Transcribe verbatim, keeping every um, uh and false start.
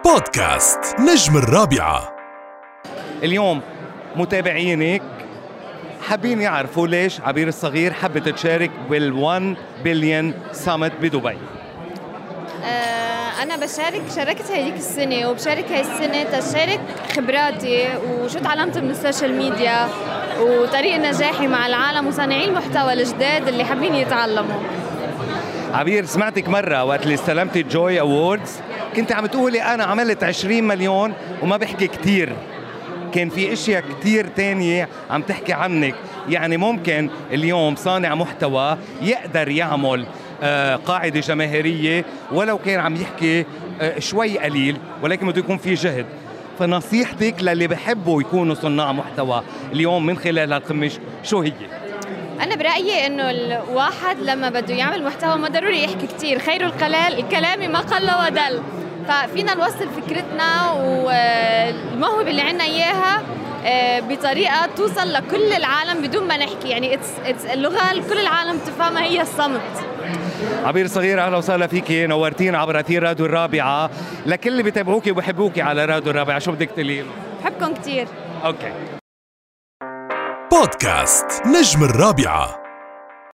بودكاست نجم الرابعة. اليوم متابعينك حابين يعرفوا ليش عبير الصغير حبت تشارك بالون بليون سامت بدبي. أنا بشارك شاركت هيك السنة وبشارك هاي السنة تشارك خبراتي وشو تعلمت من السوشيال ميديا وطريق نجاحي مع العالم وصانعي المحتوى الجداد اللي حابين يتعلموا. عبير، سمعتك مرة وقت اللي استلمتي جوي أووردز كنت عم تقولي أنا عملت عشرين مليون وما بحكي كتير. كان في اشياء كتير تانية عم تحكي عنك، يعني ممكن اليوم صانع محتوى يقدر يعمل آه قاعدة جماهيرية ولو كان عم يحكي آه شوي قليل، ولكن بده يكون في جهد. فنصيحتك للي بحبوا يكونوا صناع محتوى اليوم من خلال هالقمة شو هي؟ أنا برأيي إنه الواحد لما بده يعمل محتوى ما ضروري يحكي كتير، خير القلال الكلام ما قل ودل. ففينا نوصل فكرتنا والموهبة اللي عنا إياها بطريقة توصل لكل العالم بدون ما نحكي، يعني it's, it's اللغة لكل العالم تفهمها هي الصمت. عبير صغير، أهلا وسهلا فيكي، نورتين عبر أثير راديو الرابعة. لكل اللي بيتابعوكي وبحبوكي على راديو الرابعة شو بدك تقولي؟ بحبكم كتير. أوكي. بودكاست نجم الرابعة.